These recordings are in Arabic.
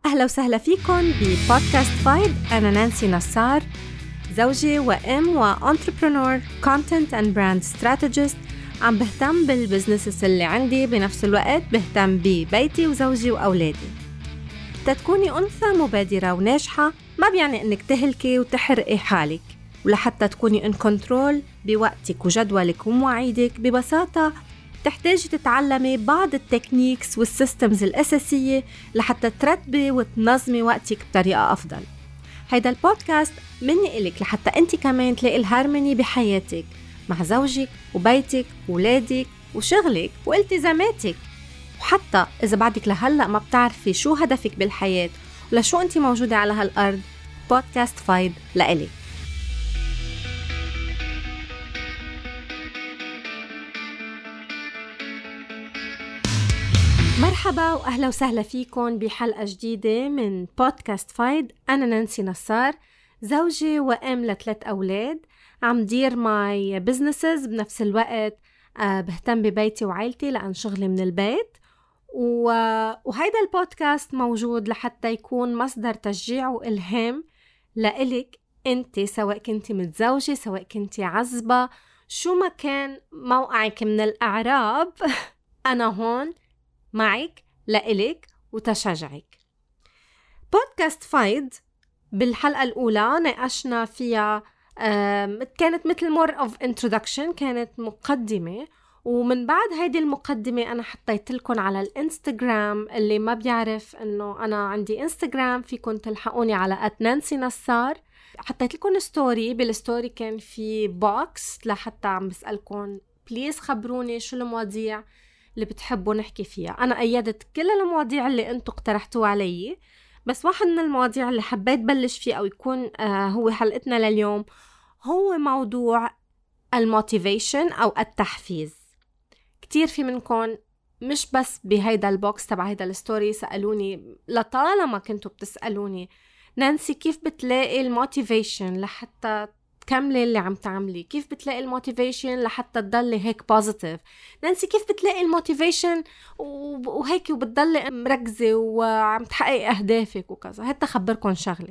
أهلا وسهلا فيكم ببودكاست فايد. أنا نانسي نصار، زوجة وأم وانتربرونور كونتنت اند براند ستراتيجيست. عم بهتم بالبزنسز اللي عندي، بنفس الوقت بهتم ببيتي وزوجي وأولادي. تتكوني أنثى مبادرة وناجحة ما بيعني إنك تهلكي وتحرقي حالك، ولحتى تكوني ان كنترول بوقتك وجدولك ومواعيدك ببساطة تحتاجي تتعلمي بعض التكنيكس والسيستمز الأساسية لحتى ترتبي وتنظمي وقتك بطريقة أفضل. هيدا البودكاست مني إلك لحتى أنت كمان تلاقي الهارموني بحياتك مع زوجك وبيتك وولادك وشغلك والتزاماتك. وحتى إذا بعدك لهلأ ما بتعرفي شو هدفك بالحياة ولا شو أنت موجودة على هالأرض، بودكاست فايد لإلك. مرحبا وأهلا وسهلا فيكم بحلقة جديدة من بودكاست فايد. أنا نانسي نصار، زوجة وأم ل3 أولاد، عم دير ماي بزنسز بنفس الوقت بهتم ببيتي وعائلتي لأن شغلي من البيت. وهيدا البودكاست موجود لحتى يكون مصدر تشجيع وإلهام لإلك أنت، سواء كنتي متزوجة سواء كنتي عزبة، شو ما كان موقعك من الأعراب أنا هون معك لإلك وتشجعك. بودكاست فايد بالحلقة الأولى ناقشنا فيها كانت مثل more of introduction، كانت مقدمة. ومن بعد هيدي المقدمة أنا حطيت لكم على الانستغرام، اللي ما بيعرف أنه أنا عندي انستغرام فيكم تلحقوني على @نانسي نصار. حطيت لكم ستوري، بالستوري كان في بوكس لحتى عم بسألكم بليز خبروني شو المواضيع اللي بتحبوا نحكي فيها. أنا أيدت كل المواضيع اللي أنتوا اقترحتوا علي، بس واحد من المواضيع اللي حبيت بلش فيه أو يكون هو حلقتنا لليوم هو موضوع الموتيفيشن أو التحفيز. كتير في منكم مش بس بهيدا البوكس تبع هيدا الستوري سألوني، لطالما كنتوا بتسألوني نانسي كيف بتلاقي الموتيفيشن لحتى تكملي اللي عم تعملي، كيف بتلاقي الموتيفيشن لحتى تضلي هيك بوزيتيف. نانسي كيف بتلاقي الموتيفيشن وهيك وبتضلي مركزة وعم تحققي أهدافك وكذا. هتا خبركن شغلة.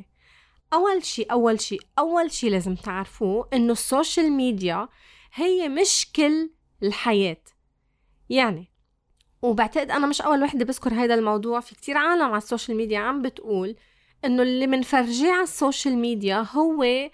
أول شي لازم تعرفوه إنه السوشيال ميديا هي مش كل الحياة. يعني وبعتقد أنا مش أول وحدة بذكر هيدا الموضوع، في كتير عالم على السوشيال ميديا عم بتقول إنه اللي منفرجيه على السوشيال ميديا هو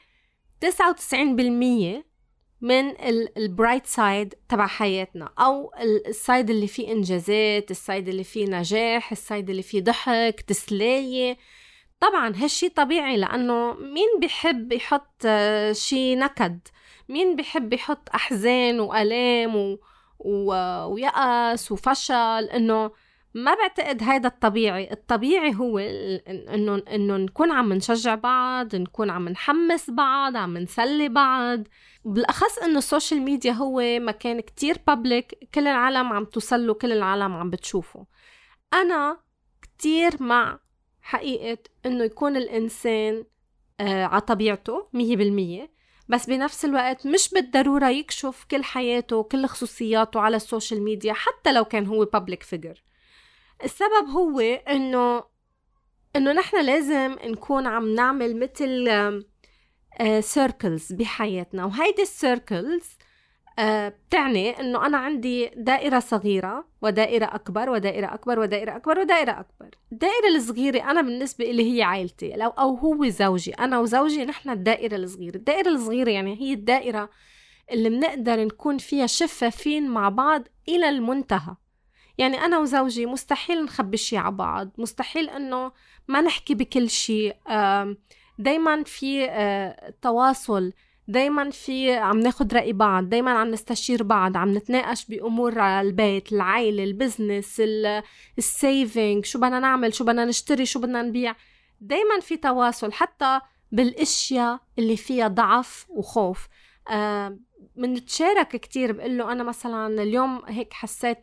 99% من البرايت سايد تبع حياتنا، أو السايد اللي فيه إنجازات، السايد اللي فيه نجاح، السايد اللي فيه ضحك تسلية. طبعا هالشي طبيعي، لأنه مين بيحب يحط شي نكد؟ مين بيحب يحط أحزان وألام ويأس وفشل؟ إنه ما بعتقد هيدا الطبيعي. الطبيعي هو إنه نكون عم نشجع بعض، نكون عم نحمس بعض، عم نسلي بعض. بالأخص إنه السوشيال ميديا هو مكان كتير بابليك، كل العالم عم توصله، كل العالم عم بتشوفه. أنا كتير مع حقيقة إنه يكون الإنسان على طبيعته 100%، بس بنفس الوقت مش بالضرورة يكشف كل حياته وكل خصوصياته على السوشيال ميديا حتى لو كان هو public figure. السبب هو إنه نحن لازم نكون عم نعمل مثل circles بحياتنا، وهيدي السيركلز بتعني إنه أنا عندي دائرة صغيرة ودائرة أكبر ودائرة أكبر ودائرة أكبر ودائرة أكبر. الدائرة الصغيرة أنا بالنسبة إلي هي عائلتي، أو هو زوجي. أنا وزوجي نحن الدائرة الصغيرة. الدائرة الصغيرة يعني هي الدائرة اللي منقدر نكون فيها شفافين مع بعض إلى المنتهى. يعني أنا وزوجي مستحيل نخبي شي على بعض، مستحيل أنه ما نحكي بكل شي. دايما في تواصل، دايما في عم ناخد رأي بعض، دايما عم نستشير بعض، عم نتناقش بأمور البيت، العائلة، البزنس، السيفينج، شو بدنا نعمل، شو بدنا نشتري، شو بدنا نبيع. دايما في تواصل حتى بالاشياء اللي فيها ضعف وخوف. منتشارك كتير. بقوله أنا مثلا اليوم هيك حسيت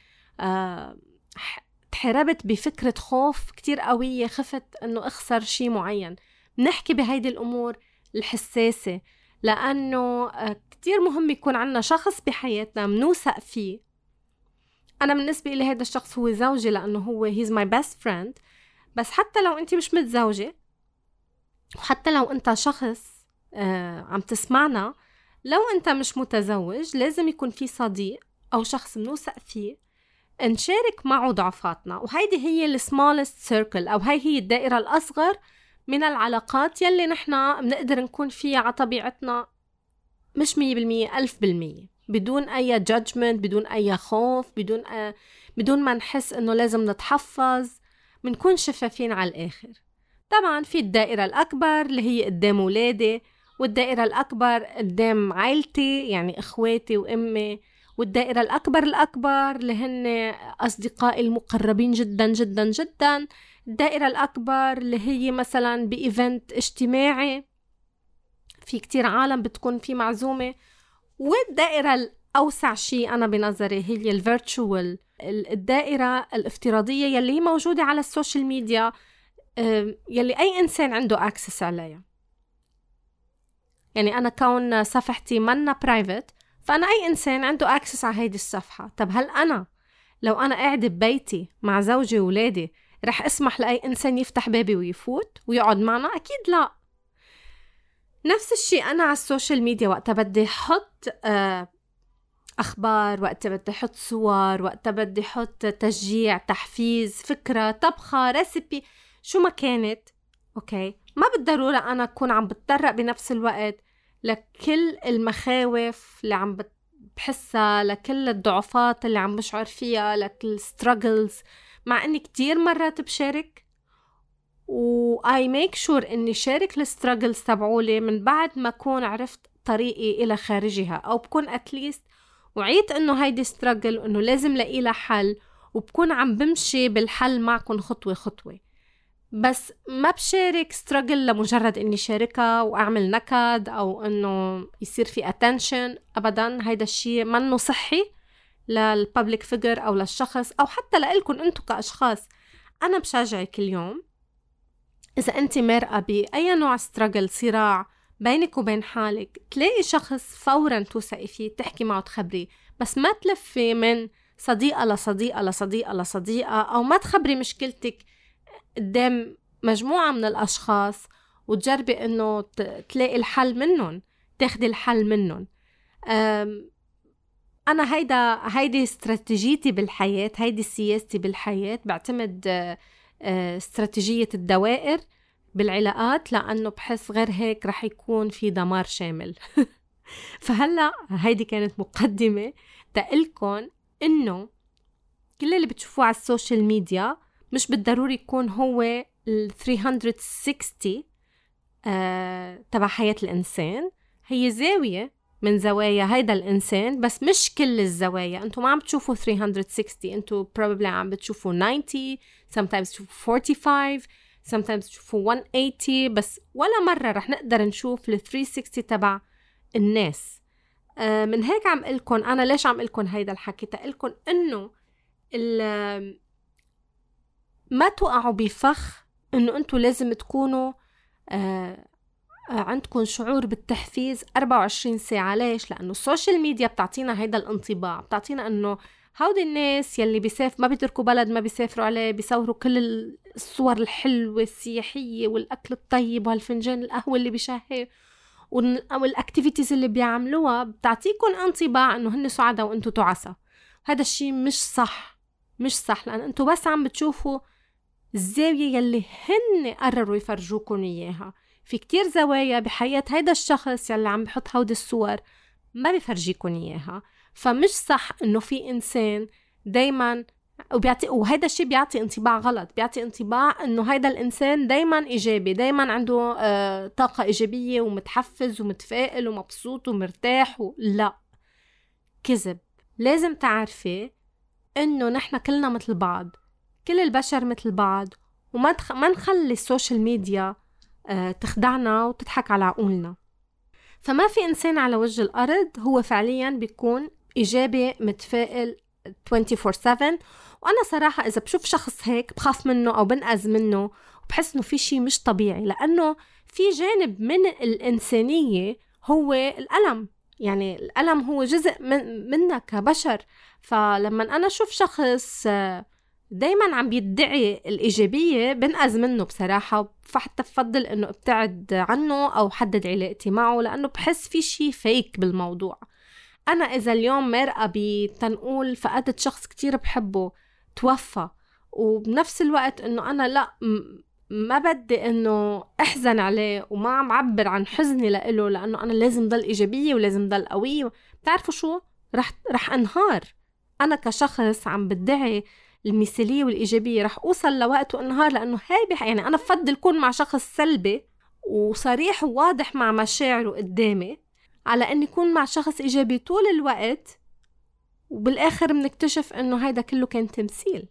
تحربت بفكرة خوف كتير قوية، خفت أنه أخسر شي معين. نحكي بهيدي الأمور الحساسة، لأنه كتير مهم يكون عنا شخص بحياتنا منوثق فيه. أنا بالنسبة إلي هيدا الشخص هو زوجي، لأنه هو he's my best friend. بس حتى لو انت مش متزوجة، وحتى لو انت شخص عم تسمعنا، لو انت مش متزوج لازم يكون في صديق او شخص منوثق فيه نشارك معه ضعفاتنا. وهيدي هي السمالست سيركل، او هي الدائرة الاصغر من العلاقات يلي نحنا بنقدر نكون فيها على طبيعتنا، مش 100% 1000%، بدون اي جادجمنت، بدون اي خوف، بدون ما نحس انه لازم نتحفظ، بنكون شفافين على الاخر. طبعا في الدائرة الأكبر اللي هي قدام ولادي، والدائرة الأكبر قدام عائلتي يعني إخواتي وأمي، والدائرة الأكبر اللي هن أصدقائي المقربين جدا جدا جدا، الدائرة الأكبر اللي هي مثلا بإيفنت اجتماعي في كتير عالم بتكون في معزومة، والدائرة الأوسع شيء أنا بنظري هي الفيرتشوال، الدائرة الافتراضية يلي هي موجودة على السوشيال ميديا، يلي أي إنسان عنده أكسس عليها. يعني أنا كون صفحتي منا برايفت، فأنا أي إنسان عنده أكسس على هيدي الصفحة. طب هل أنا لو أنا قاعدة ببيتي مع زوجي وولادي رح أسمح لأي إنسان يفتح بابي ويفوت ويقعد معنا؟ أكيد لا. نفس الشيء أنا على السوشيال ميديا وقتها بدي حط أخبار، وقتها بدي حط صور، وقتها بدي حط تشجيع، تحفيز، فكرة، طبخة، ريسيبي، شو ما كانت، أوكي، ما بالضرورة أنا أكون عم بتطرق بنفس الوقت لكل المخاوف اللي عم بحسها، لكل الضعفات اللي عم بشعر فيها، لكل struggles، مع أني كتير مرات بشارك I make sure أني شارك الstruggles تبعولي من بعد ما أكون عرفت طريقي إلى خارجها، أو بكون أتليست وعيت أنه هيدي struggle وأنه لازم لقي لها حل، وبكون عم بمشي بالحل معكم خطوة خطوة. بس ما بشارك struggle لمجرد اني شاركها واعمل نكد او انه يصير في attention. ابدا، هيدا الشيء منه صحي للبابليك فيجر او للشخص او حتى لإلكم انتو كاشخاص. انا بشجعك اليوم اذا انت مرقة باي نوع struggle، صراع بينك وبين حالك، تلاقي شخص فورا توثقي فيه تحكي معه تخبريه، بس ما تلفي من صديقة لصديقة لصديقة لصديقة، او ما تخبري مشكلتك قدام مجموعة من الأشخاص وتجربي إنه تلاقي الحل منهم، تاخدي الحل منهم. أنا هيدي استراتيجيتي بالحياة، هيدي سياستي بالحياة. بعتمد استراتيجية الدوائر بالعلاقات، لأنه بحس غير هيك رح يكون في دمار شامل. فهلأ هيدي كانت مقدمة تقلكن إنه كل اللي بتشوفوه على السوشيال ميديا مش بالضروري يكون هو ال 360 تبع حياة الإنسان. هي زاوية من زوايا هيدا الإنسان، بس مش كل الزوايا. أنتوا ما عم بتشوفوا 360، أنتوا probably عم بتشوفوا 90، sometimes تشوفوا 45، sometimes تشوفوا 180، بس ولا مرة رح نقدر نشوف ال 360 تبع الناس. من هيك عم قلكن أنا ليش عم قلكن هيدا الحكي، تقلكن إنه ما توقعوا بفخ انه انتوا لازم تكونوا عندكم شعور بالتحفيز 24 ساعة. ليش؟ لأنه السوشيال ميديا بتعطينا هيدا الانطباع، بتعطينا انه هودي الناس يلي ما بيتركوا بلد ما بيسافروا عليه، بيصوروا كل الصور الحلوة السياحية والأكل الطيب وهالفنجان القهوة اللي بيشهي والاكتيفيتيز اللي بيعملوها، بتعطيكم انطباع انه هن سعداء وانتوا تعسى. هذا الشيء مش صح، مش صح، لأن انتوا بس عم بتشوفوا الزاوية يلي هن قرروا يفرجوكم إياها. في كتير زوايا بحياة هيدا الشخص يلي عم بحط هودي الصور ما بيفرجيكم إياها. فمش صح إنه في إنسان دايما وهيدا الشيء بيعطي انطباع غلط، بيعطي انطباع إنه هيدا الإنسان دايما إيجابي، دايما عنده طاقة إيجابية ومتحفز ومتفائل ومبسوط ومرتاح لا، كذب. لازم تعرفي إنه نحن كلنا مثل بعض، كل البشر مثل بعض، وما ما نخلي السوشيال ميديا تخدعنا وتضحك على عقولنا. فما في إنسان على وجه الأرض هو فعليا بيكون إيجابي متفائل 24/7. وأنا صراحة إذا بشوف شخص هيك بخاف منه أو بنقذ منه وبحس إنه في شيء مش طبيعي، لأنه في جانب من الإنسانية هو الألم. يعني الألم هو جزء منا كبشر. فلما أنا أشوف شخص دايما عم بيدعي الإيجابية بنقذ منه بصراحة، فحتى بفضل إنه ابتعد عنه أو حدد علاقتي معه، لأنه بحس في شي فيك بالموضوع. أنا إذا اليوم مرقة بتنقول فقدت شخص كتير بحبه توفى، وبنفس الوقت إنه أنا لا ما بدي إنه أحزن عليه وما عم عبر عن حزني لإله، لأنه أنا لازم ضل إيجابية ولازم ضل قوية، بتعرفوا شو؟ رح أنهار. أنا كشخص عم بدعي المثالية والإيجابية رح أوصل لوقت وانهار، لأنه هاي يعني أنا بفضل كون مع شخص سلبي وصريح وواضح مع مشاعره قدامي على أن يكون مع شخص إيجابي طول الوقت، وبالآخر بنكتشف أنه هيدا كله كان تمثيل.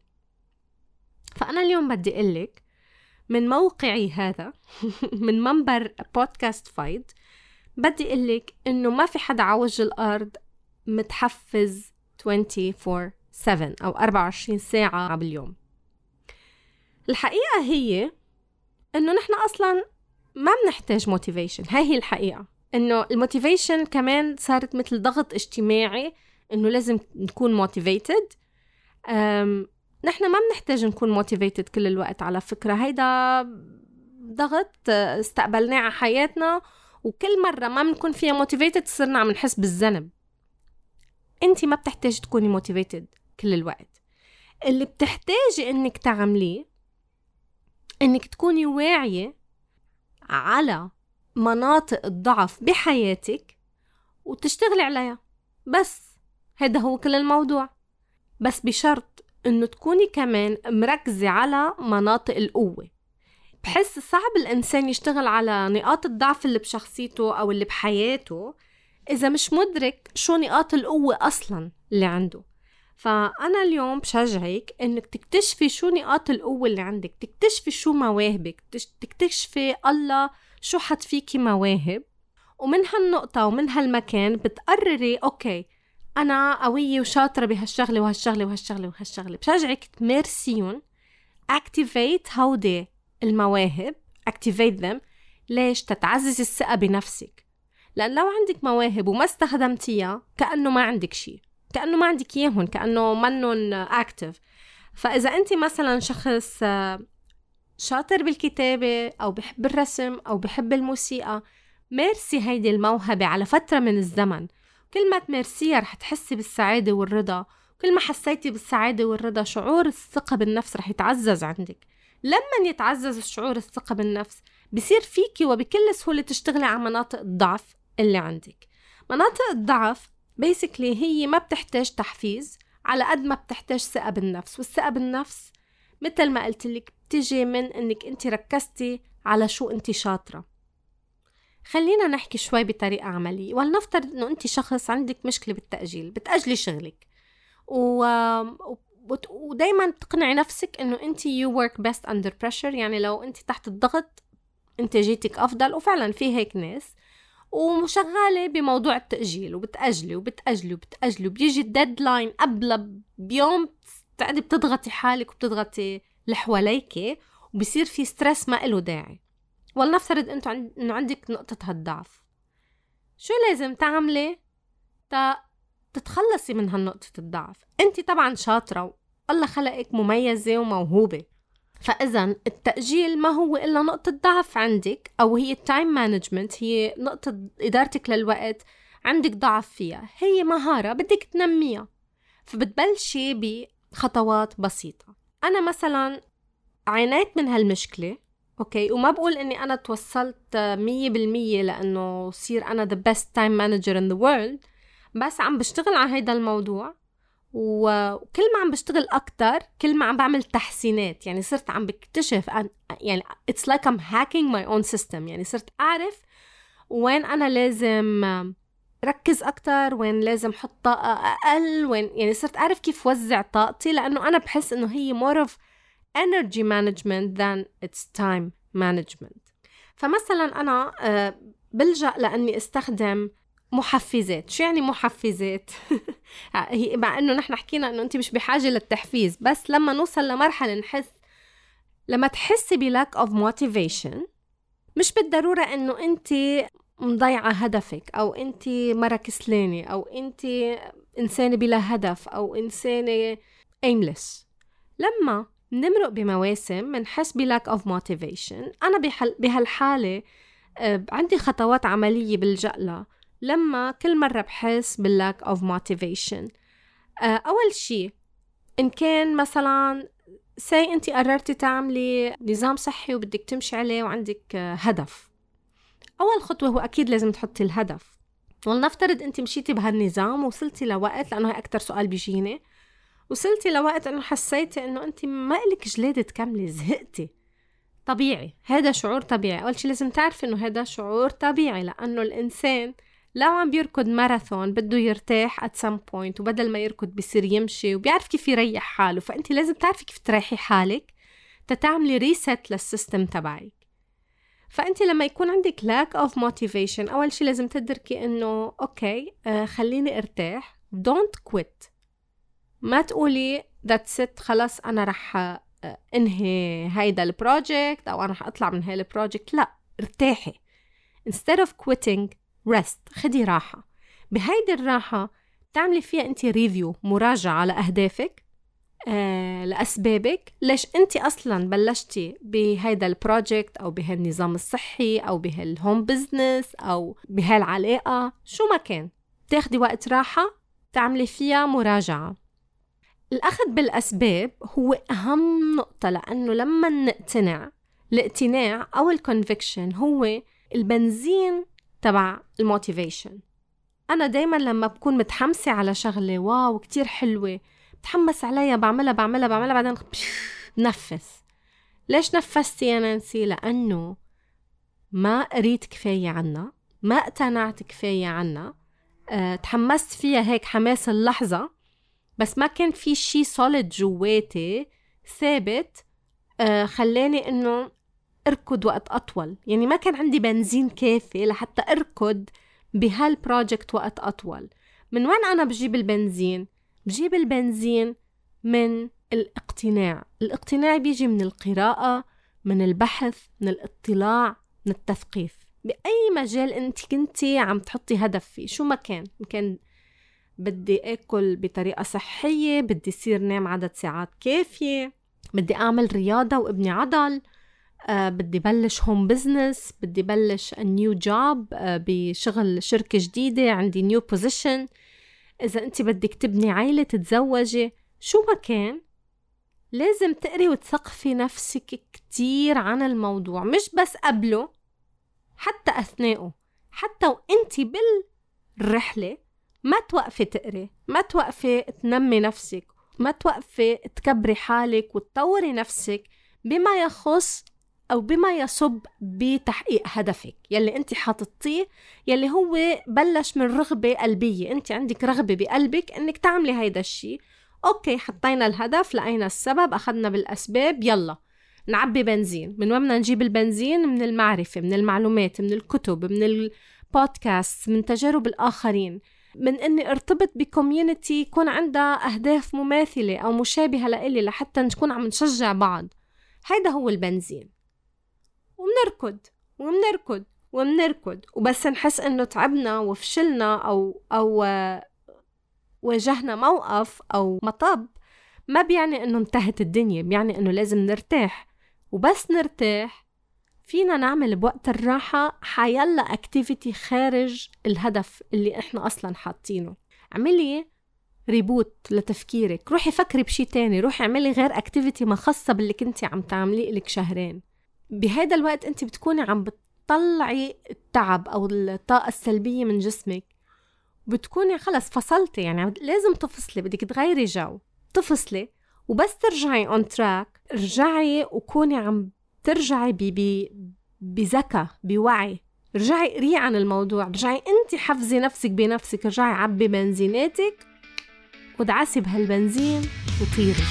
فأنا اليوم بدي أقلك من موقعي هذا من منبر بودكاست فايد، بدي أقلك أنه ما في حدا على وجه الأرض متحفز 24/7 أو 24 ساعة باليوم. الحقيقة هي أنه نحن أصلاً ما بنحتاج موتيفيشن. هاي هي الحقيقة، أنه الموتيفيشن كمان صارت مثل ضغط اجتماعي أنه لازم نكون موتيفيتد. نحن ما بنحتاج نكون موتيفيتد كل الوقت، على فكرة هيدا ضغط استقبلناه على حياتنا، وكل مرة ما بنكون فيها موتيفيتد صرنا عم نحس بالذنب. انتي ما بتحتاج تكوني موتيفيتد كل الوقت. اللي بتحتاجي انك تعمليه انك تكوني واعية على مناطق الضعف بحياتك وتشتغلي عليها، بس هذا هو كل الموضوع. بس بشرط انه تكوني كمان مركزة على مناطق القوة. بحس صعب الانسان يشتغل على نقاط الضعف اللي بشخصيته او اللي بحياته إذا مش مدرك شو نقاط القوة أصلاً اللي عنده. فأنا اليوم بشجعك إنك تكتشفي شو نقاط القوة اللي عندك، تكتشفي شو مواهبك، تكتشفي الله شو حط فيكي مواهب، ومن هالنقطة ومن هالمكان بتقرري أوكي أنا قوية وشاطرة بهالشغلة وهالشغلة وهالشغلة وهالشغلة. بشجعك تمارسيون، activate هودي المواهب، activate them. ليش؟ تتعزز الثقة بنفسك. لأن لو عندك مواهب وما استخدمتيها كأنه ما عندك شيء، كأنه ما عندك إياهن، كأنه منن أكتف. فإذا أنت مثلا شخص شاطر بالكتابة أو بحب الرسم أو بحب الموسيقى، مارسي هيدي الموهبة على فترة من الزمن. كل ما تمارسيها رح تحسي بالسعادة والرضا، كل ما حسيتي بالسعادة والرضا شعور الثقة بالنفس رح يتعزز عندك. لما يتعزز شعور الثقة بالنفس بصير فيكي وبكل سهولة تشتغلي على مناطق الضعف اللي عندك. مناطق الضعف basically هي ما بتحتاج تحفيز على قد ما بتحتاج ثقة بالنفس، والثقة بالنفس مثل ما قلت لك بتجي من انك انت ركزتي على شو انت شاطرة. خلينا نحكي شوي بطريقة عملية. ولنفترض انه انت شخص عندك مشكلة بالتأجيل، بتأجلي شغلك ودايما تقنعي نفسك انه انت you work best under pressure، يعني لو انت تحت الضغط انتاجيتك افضل. وفعلا في هيك ناس ومشغلة بموضوع التأجيل وبتأجلي وبتأجلي وبتأجلي، وبيجي الديدلاين قبل بيوم تقعدي بتضغطي حالك وبتضغطي اللي حواليك، وبصير في ستريس ما له داعي. ولنفترض انه عندك نقطة هالضعف، شو لازم تعملي تتخلصي من هالنقطة الضعف؟ انت طبعا شاطرة والله خلقك مميزة وموهوبة، فإذا التأجيل ما هو إلا نقطة ضعف عندك، أو هي التايم مانجمنت، هي نقطة إدارتك للوقت عندك ضعف فيها. هي مهارة بدك تنميها، فبتبلشي بخطوات بسيطة. أنا مثلا عانيت من هالمشكلة أوكي، وما بقول إني أنا توصلت 100% لأنه صير أنا the best time manager in the world، بس عم بشتغل على هيدا الموضوع. وكل ما عم بشتغل أكتر كل ما عم بعمل تحسينات. يعني صرت عم بكتشف يعني it's like I'm hacking my own system. يعني صرت أعرف وين أنا لازم ركز أكتر، وين لازم حط طاقة أقل، وين يعني صرت أعرف كيف وزع طاقتي، لأنه أنا بحس إنه هي more of energy management than it's time management. فمثلا أنا بلجأ لأني استخدم محفزات. شو يعني محفزات؟ مع انه نحن حكينا انه انت مش بحاجة للتحفيز، بس لما نوصل لمرحلة لما تحسي بلاك of motivation، مش بالضرورة انه انت مضيعة هدفك، او انت مرة كسلانة، او انت انسانة بلا هدف، او انسانة aimless. لما نمرق بمواسم منحس lack of motivation. أنا بهالحالة عندي خطوات عملية بلجأ لها لما كل مرة بحس lack of motivation. أول شيء، إن كان مثلاً أنتي قررتي تعملي نظام صحي وبدك تمشي عليه وعندك هدف، أول خطوة هو أكيد لازم تحطي الهدف. ولنفترض أنتي مشيتي بهالنظام ووصلتي لوقت، لأنه هي أكتر سؤال بيجيني، وصلتي لوقت أنه حسيتي أنه أنتي ما إلك جلادة تكملي، زهقتي. طبيعي، هذا شعور طبيعي. أول شيء لازم تعرفي أنه هذا شعور طبيعي، لأنه الإنسان لو عم بيركض ماراثون بده يرتاح at some point، وبدل ما يركض بيصير يمشي وبيعرف كيف يريح حاله. فأنت لازم تعرفي كيف تريحي حالك تتعملي ريست للسيستم تبعك. فأنت لما يكون عندك lack of motivation، أول شيء لازم تدركي إنه أوكي، خليني ارتاح. don't quit. ما تقولي that's it، خلاص أنا رح انهي هيدا البروجكت أو أنا رح أطلع من هاي البروجكت. لا، ارتاحي. instead of quitting rest، خدي راحة. بهيدي الراحة تعملي فيها أنت ريفيو، مراجعة على أهدافك، لأسبابك ليش أنت أصلاً بلشتي بهيدا البروجكت أو بهالنظام الصحي أو بهالهوم بزنس أو بهالعلاقة، شو ما كان. تاخدي وقت راحة تعملي فيها مراجعة. الأخذ بالأسباب هو أهم نقطة، لأنه لما نقتنع، الاقتناع أو الكونفكشن هو البنزين تبع الموتيفيشن. أنا دايماً لما بكون متحمسة على شغلة واو كتير حلوة، بتحمس عليها، بعملها بعدين نفس. ليش نفستي يا نانسي؟ لأنه ما قريت كفاية عنها، ما اقتنعت كفاية عنها. تحمست فيها هيك حماس اللحظة، بس ما كان في شي solid جواتي ثابت خلاني إنه أركض وقت أطول. يعني ما كان عندي بنزين كافي لحتى أركض بهالبروجكت وقت أطول. من وين أنا بجيب البنزين؟ بجيب البنزين من الاقتناع. الاقتناع بيجي من القراءة، من البحث، من الاطلاع، من التثقيف. بأي مجال أنت كنتي عم تحطي هدف فيه، شو ما كان بدي أكل بطريقة صحية، بدي يصير نام عدد ساعات كافية، بدي أعمل رياضة وابني عضل، بدي بلش هوم بزنس، بدي بلش نيو جوب بشغل شركة جديدة، عندي نيو بوزيشن، إذا أنت بدك تبني عائلة، تتزوجي، شو ما كان، لازم تقري وتثقفي نفسك كتير عن الموضوع. مش بس قبله، حتى أثناءه، حتى وأنت بالرحلة ما توقفي تقري، ما توقفي تنمي نفسك، ما توقفي تكبري حالك وتطوري نفسك بما يخص أو بما يصب بتحقيق هدفك يلي أنت حاططيه، يلي هو بلش من رغبة قلبية. أنت عندك رغبة بقلبك أنك تعملي هيدا الشيء. أوكي، حطينا الهدف، لقينا السبب، أخذنا بالأسباب، يلا نعبي بنزين. من وين بدنا نجيب البنزين؟ من المعرفة، من المعلومات، من الكتب، من البودكاست، من تجارب الآخرين، من أني ارتبط بكوميونيتي يكون عندها أهداف مماثلة أو مشابهة لإلي لحتى نكون عم نشجع بعض. هيدا هو البنزين. ومنركض وبس نحس إنه تعبنا وفشلنا أو واجهنا موقف أو مطب، ما بيعني إنه انتهت الدنيا، بيعني إنه لازم نرتاح. وبس نرتاح فينا نعمل بوقت الراحة حيلا اكتيفيتي خارج الهدف اللي احنا اصلا حاطينه. اعملي ريبوت لتفكيرك، روحي فكري بشي تاني، روحي اعملي غير اكتيفيتي ما خاصة باللي كنتي عم تعمليه لك شهرين. بهذا الوقت انت بتكوني عم بتطلعي التعب او الطاقة السلبية من جسمك، بتكوني خلص فصلتي. يعني لازم تفصلي، بدك تغيري جو، تفصلي وبس ترجعي on track. ارجعي وكوني عم ترجعي بذكاء، بوعي. رجعي قري عن الموضوع، رجعي انت حفزي نفسك بنفسك، رجعي عبي بنزيناتك ودعسي بهالبنزين وطيري.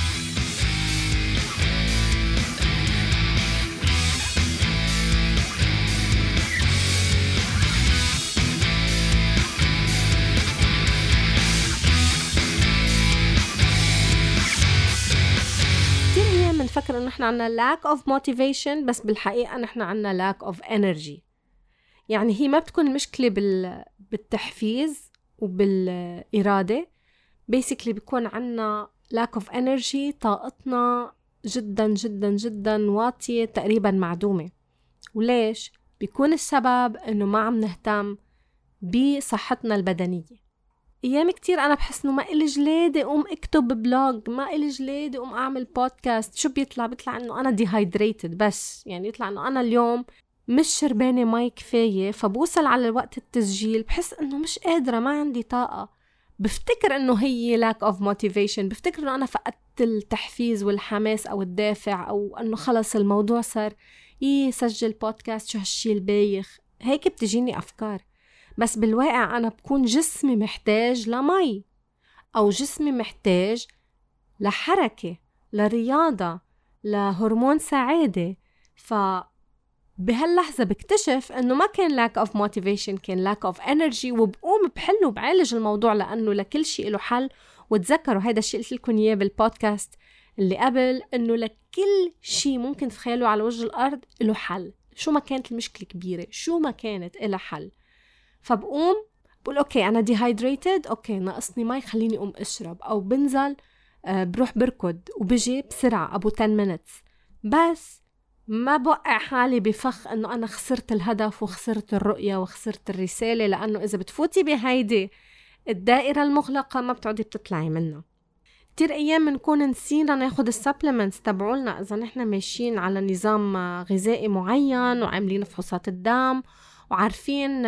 منفكر إنه إحنا عنا lack of motivation، بس بالحقيقة نحن عنا lack of energy. يعني هي ما بتكون مشكلة بالتحفيز وبالإرادة، basically بيكون عنا lack of energy طاقتنا جدا جدا جدا واطية، تقريبا معدومة. وليش؟ بيكون السبب إنه ما عم نهتم بصحتنا البدنية. أيام كتير أنا بحس إنه ما إلي جلادة أقوم أكتب بلوج، ما إلي جلادة أقوم أعمل بودكاست. شو بيطلع إنه أنا dehydrated بس، يعني يطلع إنه أنا اليوم مش شربانة مي كفاية، فبوصل على وقت التسجيل بحس إنه مش قادرة، ما عندي طاقة. بفتكر إنه هي lack of motivation، بفتكر إنه أنا فقدت التحفيز والحماس أو الدافع، أو إنه خلص الموضوع صار سجل بودكاست، شو هالشي البايخ. هيك بتجيني أفكار. بس بالواقع أنا بكون جسمي محتاج لمي، أو جسمي محتاج لحركة، لرياضة، لهرمون سعادة. بهاللحظة بكتشف أنه ما كان lack of motivation، كان lack of energy، وبقوم بحل وبعالج الموضوع، لأنه لكل شيء له حل. وتذكروا هيدا الشيء قلت لكم إياه بالبودكاست اللي قبل، أنه لكل شيء ممكن تخيلوا على وجه الأرض له حل، شو ما كانت المشكلة كبيرة، شو ما كانت إلها حل. فبقوم بقول أوكي أنا dehydrated، أوكي ناقصني مي، خليني أقوم أشرب، أو بنزل بروح بركض وبجي بسرعة أبو 10 minutes، بس ما بوقع حالي بفخ أنه أنا خسرت الهدف وخسرت الرؤية وخسرت الرسالة. لأنه إذا بتفوتي بهيدي الدائرة المغلقة ما بتعودي بتطلعي منها. كتير أيام منكون نسينا ناخد السبلمنتس تبعولنا إذا نحن ماشيين على نظام غذائي معين وعاملين فحوصات الدم وعارفين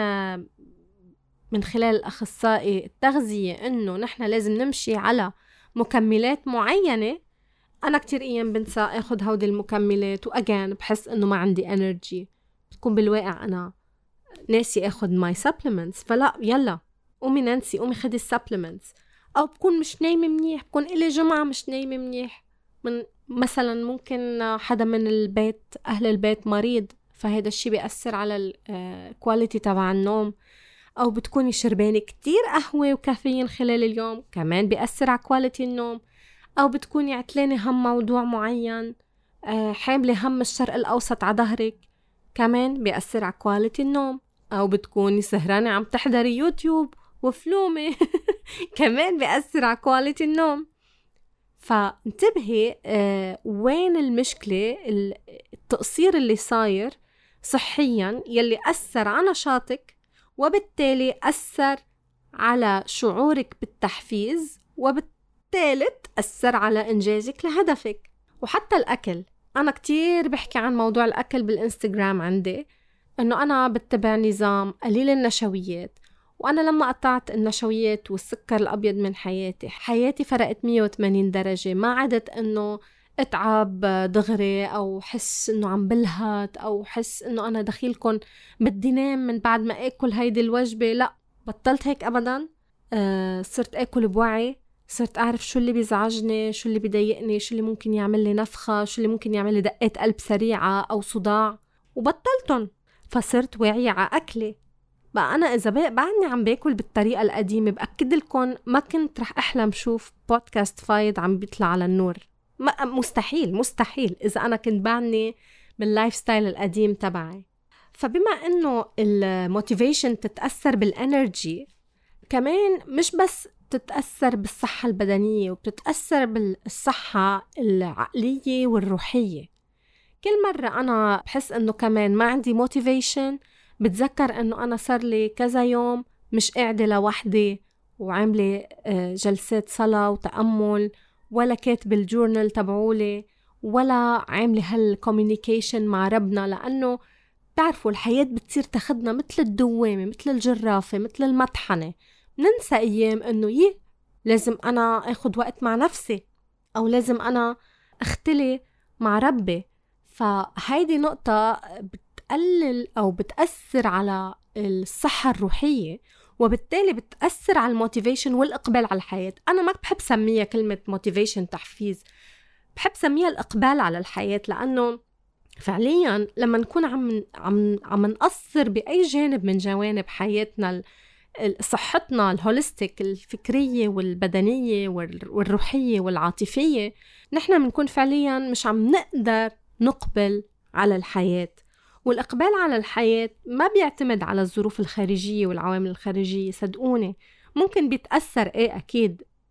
من خلال الأخصائي التغذية إنه نحن لازم نمشي على مكملات معينة. أنا كتير أيام بنسى أخد هودي المكملات، وأجان بحس إنه ما عندي energy، بتكون بالواقع أنا ناسي أخد my supplements. فلا يلا قومي نانسي، قومي خدي supplements. أو بكون مش نايمة منيح، بكون إلي جمعة مش نايمة منيح، من مثلا ممكن حدا من البيت، أهل البيت مريض، فهذا الشي بيأثر على الكواليتي تبع النوم. أو بتكوني شربانة كتير قهوة وكافيين خلال اليوم، كمان بيأثر على كواليتي النوم. أو بتكوني عتلانة هم موضوع معين، حاملة هم الشرق الأوسط على ظهرك، كمان بيأثر على كواليتي النوم. أو بتكوني سهرانة عم تحضري يوتيوب وفلومة كمان بيأثر على كواليتي النوم. فانتبهي وين المشكلة، التقصير اللي صاير صحيا يلي أثر على نشاطك، وبالتالي أثر على شعورك بالتحفيز، وبالتالي أثر على إنجازك لهدفك. وحتى الأكل، أنا كتير بحكي عن موضوع الأكل بالإنستغرام عندي، إنه أنا بتبع نظام قليل النشويات. وأنا لما قطعت النشويات والسكر الأبيض من حياتي فرقت 180 درجة. ما عدت إنه اتعب دغري، أو حس إنه عم بلهت، أو حس إنه أنا دخيلكن بدي نام من بعد ما أكل هيدي الوجبة. لا، بطلت هيك أبدا. صرت أكل بوعي، صرت أعرف شو اللي بيزعجني، شو اللي بيضايقني، شو اللي ممكن يعمل لي نفخة، شو اللي ممكن يعمل لي دقات قلب سريعة أو صداع، وبطلتن. فصرت واعية على أكلي. بقى أنا إذا بعدني عم باكل بالطريقة القديمة، بأكد لكم ما كنت رح أحلم شوف بودكاست فايد عم بيطلع على النور. مستحيل إذا أنا كنت بعدني باللايف ستايل القديم تبعي. فبما إنه الموتيفيشن تتأثر بالانرجي، كمان مش بس تتأثر بالصحة البدنية، وبتتأثر بالصحة العقلية والروحية. كل مرة أنا بحس إنه كمان ما عندي موتيفيشن، بتذكر إنه أنا صار لي كذا يوم مش قاعدة لوحدي وعاملة جلسات صلاة وتأمل، ولا كاتب الجورنال تبعولي، ولا عاملة هالكوميونيكيشن مع ربنا. لأنه تعرفوا الحياة بتصير تاخدنا مثل الدوامة، مثل الجرافة، مثل المطحنة. ننسى أيام إنه لازم أنا أخد وقت مع نفسي، أو لازم أنا أختلي مع ربي. فهيدي نقطة بتقلل أو بتأثر على الصحة الروحية، وبالتالي بتأثر على الموتيفيشن والإقبال على الحياة. أنا ما بحب سميها كلمة موتيفيشن تحفيز، بحب سميها الإقبال على الحياة. لأنه فعليا لما نكون عم نقصر بأي جانب من جوانب حياتنا، صحتنا الهوليستيك الفكرية والبدنية والروحية والعاطفية، نحن بنكون فعليا مش عم نقدر نقبل على الحياة. والإقبال على الحياة ما بيعتمد على الظروف الخارجية والعوامل الخارجية. صدقوني ممكن بيتأثر أكيد،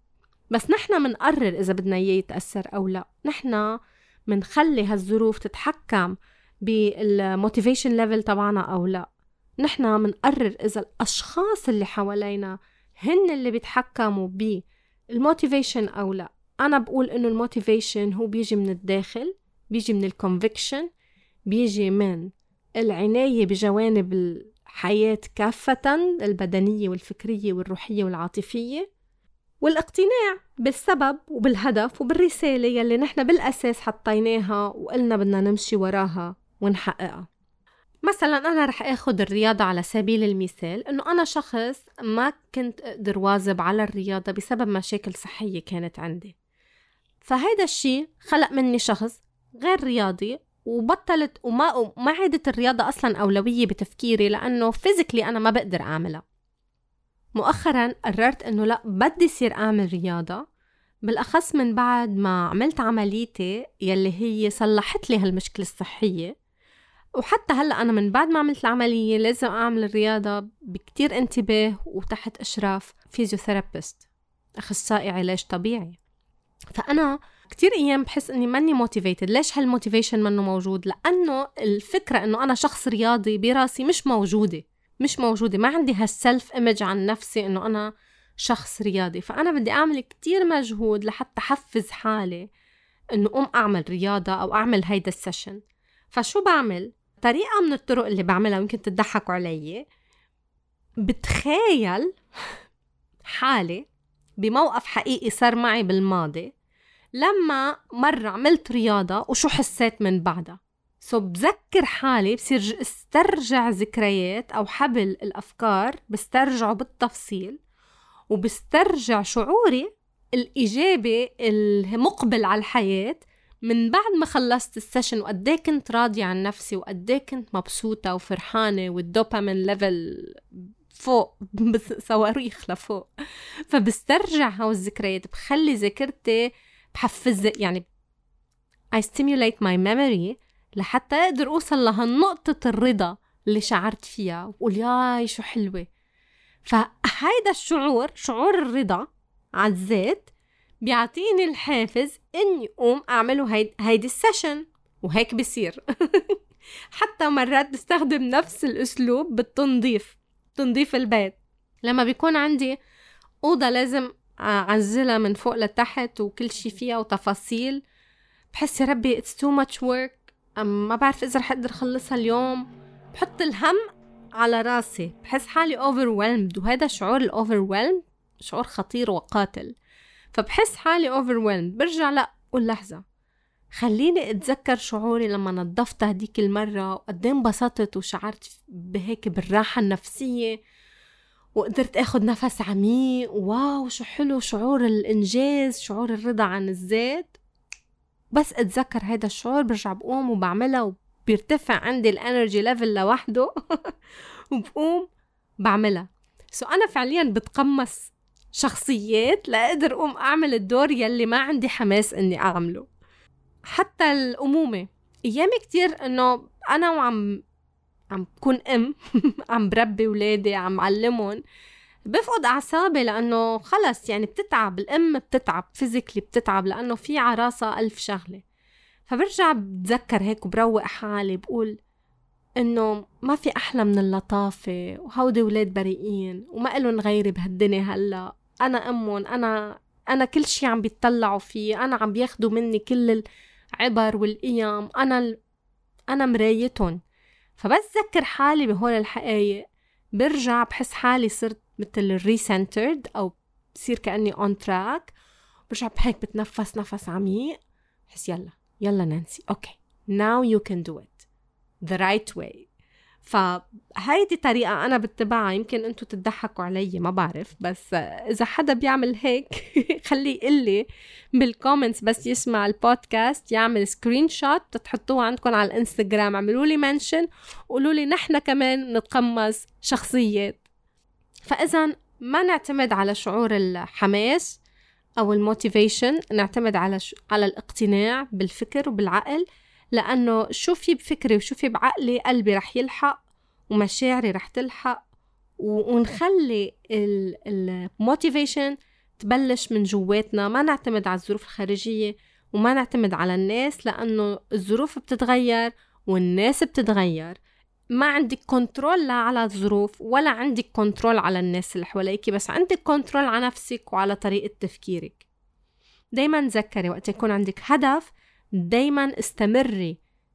بس نحن منقرر إذا بدنا إياه يتأثر أو لا. نحن منخلي هالظروف تتحكم بالموتيفيشن ليفل تبعنا أو لا. نحن منقرر إذا الأشخاص اللي حوالينا هن اللي بيتحكموا بالموتيفيشن أو لا. أنا بقول إنه الموتيفيشن هو بيجي من الداخل، بيجي من الكونفكشن، بيجي من العناية بجوانب الحياة كافة، البدنية والفكرية والروحية والعاطفية، والاقتناع بالسبب وبالهدف وبالرسالة يلي نحن بالأساس حطيناها وقلنا بدنا نمشي وراها ونحققها. مثلا أنا رح أخذ الرياضة على سبيل المثال، إنه أنا شخص ما كنت أقدر واظب على الرياضة بسبب مشاكل صحية كانت عندي، فهيدا الشيء خلق مني شخص غير رياضي، وبطلت وما عادت الرياضة أصلا أولوية بتفكيري، لأنه فيزيكلي أنا ما بقدر أعملها. مؤخرا قررت إنه لا، بدي صير أعمل رياضة، بالأخص من بعد ما عملت عمليتي يلي هي صلحت لي هالمشكلة الصحية. وحتى هلأ أنا من بعد ما عملت العملية لازم أعمل الرياضة بكتير انتباه وتحت إشراف فيزيوثيرابيست، أخصائي علاج طبيعي. فأنا كتير أيام بحس أني ماني موتيفيتد. ليش هالموتيفيشن منه موجود؟ لأنه الفكرة أنه أنا شخص رياضي براسي مش موجودة. ما عندي هالسلف إيمج عن نفسي أنه أنا شخص رياضي. فأنا بدي أعمل كتير مجهود لحتى حفز حالي أنه أعمل رياضة أو أعمل هيدا السيشن. فشو بعمل؟ طريقة من الطرق اللي بعملها يمكن تضحكوا علي، بتخيل حالي بموقف حقيقي صار معي بالماضي لما مرة عملت رياضة وشو حسيت من بعدها. بذكر حالي، بصير استرجع ذكريات أو حبل الأفكار، بسترجعه بالتفصيل، وبسترجع شعوري الإيجابي المقبل على الحياة من بعد ما خلصت السيشن، وقديه كنت راضية عن نفسي، وقديه كنت مبسوطة وفرحانة، والدوبامين ليفل فوق صواريخ لفوق. فبسترجع هاو الذكريات، بخلي ذاكرتي بحفز، يعني I stimulate my memory لحتى أقدر أوصل لهالنقطة الرضا اللي شعرت فيها وقول ياي شو حلوة. فهيدا الشعور، شعور الرضا عن الذات، بيعطيني الحافز إني أقوم أعمله هيدي السيشن. وهيك بيصير. حتى مرات بستخدم نفس الأسلوب بالتنظيف، تنظيف البيت. لما بيكون عندي أوضة لازم أعزلها من فوق لتحت وكل شي فيها وتفاصيل، بحس يا ربي it's too much work، ما بعرف إذا رح أقدر أخلصها اليوم، بحط الهم على راسي، بحس حالي overwhelmed. وهذا شعور overwhelmed شعور خطير وقاتل. فبحس حالي overwhelmed، برجع لا، قول لحظة، خليني أتذكر شعوري لما نظفت هديك المرة وقدام انبسطت وشعرت بهيك بالراحة النفسية، وقدرت أخذ نفس عميق، واو شو حلو شعور الإنجاز، شعور الرضا عن الذات. بس أتذكر هيدا الشعور برجع بقوم وبعملها، وبيرتفع عندي الانرجي ليفل لوحده. وبقوم بعملها. أنا فعليا بتقمص شخصيات لأقدر أقوم أعمل الدور يلي ما عندي حماس إني أعمله. حتى الأمومة، أيامي كتير إنه أنا وعم بكون عم بربي ولادي، عم علمهم، بفقد أعصابي، لأنه خلص يعني بتتعب الأم، بتتعب فيزيكلي، بتتعب لأنه في عراسة 1000 شغلة. فبرجع بتذكر هيك وبروق حالي، بقول إنه ما في أحلى من اللطافة، وهودي ولاد بريئين وما إلهم غيري بهالدنيا هلأ، أنا أمهم، أنا كل شي عم بيتطلعوا فيه، أنا عم بياخدوا مني كل العبر والقيم، أنا مرايتهم. فبس ذكر حالي بهول الحقايق، برجع بحس حالي صرت مثل الريسنترد، أو بصير كأني on track. برجع بهيك بتنفس نفس عميق، بحس يلا نانسي، okay now you can do it the right way. فهيدي طريقة أنا بتبعها، يمكن أنتوا تضحكوا علي ما بعرف، بس إذا حدا بيعمل هيك خليه يقلي بالكومنتس، بس يسمع البودكاست يعمل سكرين شوت تحطوه عندكم على الانستغرام، عملوا لي منشن وقولوا لي نحن كمان نتقمص شخصيات. فإذا ما نعتمد على شعور الحماس أو الموتيفيشن، نعتمد على الاقتناع بالفكر وبالعقل، لأنه شو في بفكري وشو في بعقلي قلبي رح يلحق ومشاعري رح تلحق. ونخلي الموتيفيشن تبلش من جواتنا، ما نعتمد على الظروف الخارجية وما نعتمد على الناس، لأنه الظروف بتتغير والناس بتتغير. ما عندك كنترول لا على الظروف ولا عندك كنترول على الناس اللي حواليك، بس عندك كنترول على نفسك وعلى طريقة تفكيرك. دايما تذكري وقت يكون عندك هدف، دايما استمري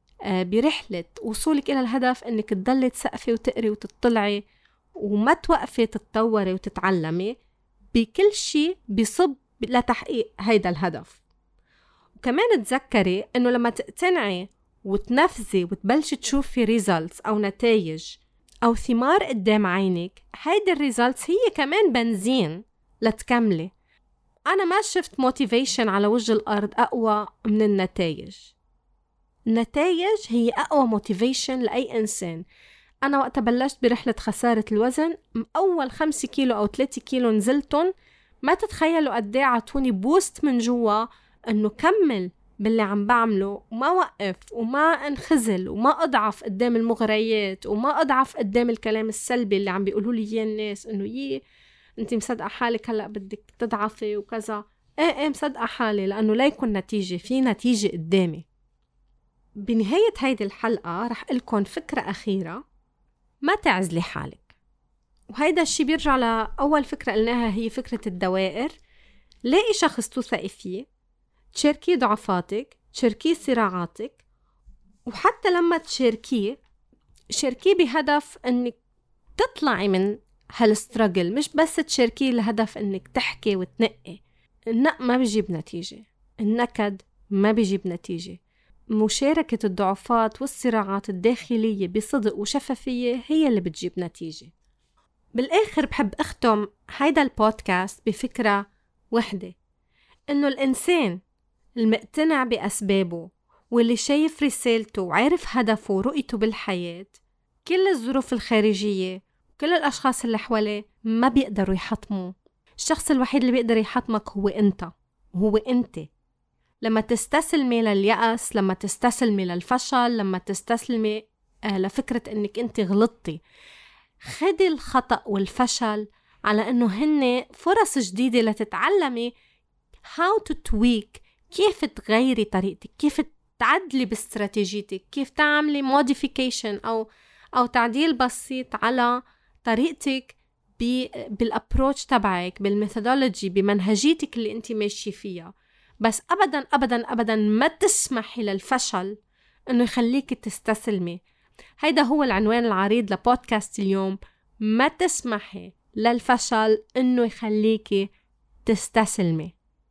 برحلة وصولك إلى الهدف، إنك تضلي تسقفي وتقري وتطلعي وما توقفي تتطوري وتتعلمي بكل شيء بيصب لتحقيق هيدا الهدف. وكمان تذكري إنه لما تقتنعي وتنفذي وتبلشي تشوفي results أو نتائج أو ثمار قدام عينك، هيدا الريزلتس هي كمان بنزين لتكملي. أنا ما شفت موتيفيشن على وجه الأرض أقوى من النتائج. النتائج هي أقوى موتيفيشن لأي إنسان. أنا وقت بلشت برحلة خسارة الوزن، أول 5 كيلو أو 3 كيلو نزلتهم، ما تتخيلوا قد ايه عطوني بوست من جوا إنه كمل باللي عم بعمله وما وقف وما انخزل وما أضعف قدام المغريات وما أضعف قدام الكلام السلبي اللي عم بيقولوا لي إياه الناس، إنه أنتي مصدقة حالك هلأ بدك تضعفي وكذا. إيه مصدقة حالي، لأنه لا يكون نتيجة، في نتيجة قدامي. بنهاية هيدي الحلقة رح لكم فكرة أخيرة: ما تعزلي حالك. وهيدا الشي بيرجع لأول فكرة قلناها، هي فكرة الدوائر. لاقي شخص توثقي فيه، تشاركيه ضعفاتك، تشاركيه صراعاتك، وحتى لما تشاركيه شاركيه بهدف انك تطلعي من هالستراجل، مش بس تشاركيه الهدف انك تحكي وتنقي. النق ما بيجيب نتيجة، النكد ما بيجيب نتيجة. مشاركة الضعفات والصراعات الداخلية بصدق وشفافية هي اللي بتجيب نتيجة. بالآخر بحب أختم هيدا البودكاست بفكرة وحدة، إنه الإنسان المقتنع بأسبابه واللي شايف رسالته وعارف هدفه ورؤيته بالحياة، كل الظروف الخارجية وكل الأشخاص اللي حواليه ما بيقدروا يحطموه. الشخص الوحيد اللي بيقدر يحطمك هو أنت وهو أنت. لما تستسلمي لليأس، لما تستسلمي للفشل، لما تستسلمي لفكرة أنك أنت غلطتي، خدي الخطأ والفشل على أنه هن فرص جديدة لتتعلمي how to tweak، كيف تغيري طريقتك، كيف تعدلي باستراتيجيتك، كيف تعملي modification أو تعديل بسيط على طريقتك بالapproach تبعك، بالميثودولوجي، بمنهجيتك اللي انت ماشي فيها. بس أبداً أبداً أبداً ما تسمحي للفشل إنه يخليك تستسلمي. هيدا هو العنوان العريض لبودكاست اليوم: ما تسمحي للفشل إنه يخليك تستسلمي.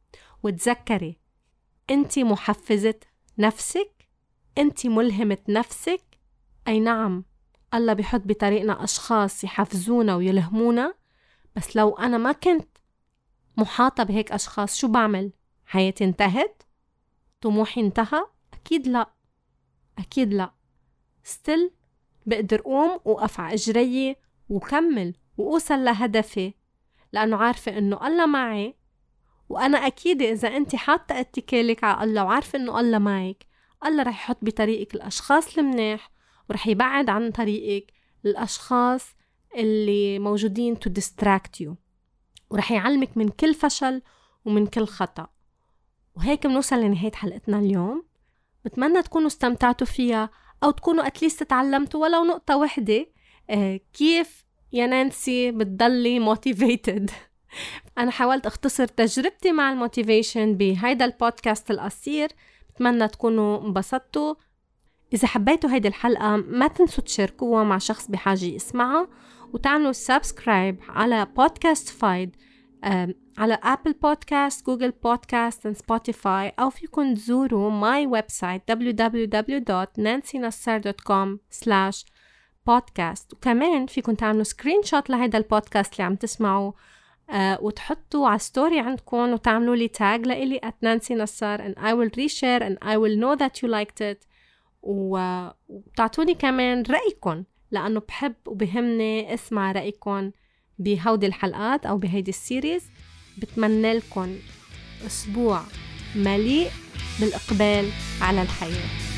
وتذكري، أنت محفزة نفسك، أنت ملهمة نفسك. أي نعم، الله بيحط بطريقنا أشخاص يحفزونا ويلهمونا، بس لو أنا ما كنت محاطة بهيك أشخاص شو بعمل؟ حياتي انتهت؟ طموحي انتهى؟ أكيد لا، أكيد لا. ستيل بقدر أقوم وقف على إجري وكمل وأوصل لهدفي، لأنه عارفة إنه الله معي. وأنا أكيد إذا أنت حاطة اتكالك على الله وعارفة إنه الله معك، الله رح يحط بطريقك الأشخاص المناح ورح يبعد عن طريقك الأشخاص اللي موجودين to distract you، ورح يعلمك من كل فشل ومن كل خطأ. وهيك بنوصل لنهاية حلقتنا اليوم. بتمنى تكونوا استمتعتوا فيها أو تكونوا أتليست تعلمتوا ولو نقطة واحدة كيف يا نانسي بتضلي motivated. أنا حاولت أختصر تجربتي مع الموتيفيشن بهيدا البودكاست القصير. بتمنى تكونوا انبسطتوا. إذا حبيتوا هيدي الحلقة ما تنسوا تشاركوها مع شخص بحاجة يسمعها، وتعملوا سبسكرايب على بودكاست فايد على أبل بودكاست، جوجل بودكاست وسبوتيفاي، أو فيكن تزوروا ماي ويب سايت www.nancynassar.com/podcast. وكمان فيكن تعملوا سكرين شوت لهيدا البودكاست اللي عم تسمعوا وتحطوا على ستوري عندكم وتعملوا لي تاج لإلي @nancynassar and I will reshare and I will know that you liked it. وتعطوني كمان رأيكم، لأنه بحب وبهمني اسمع رأيكم بهودي الحلقات أو بهيدي السيريز. بتمنى لكم أسبوع مليء بالإقبال على الحياة.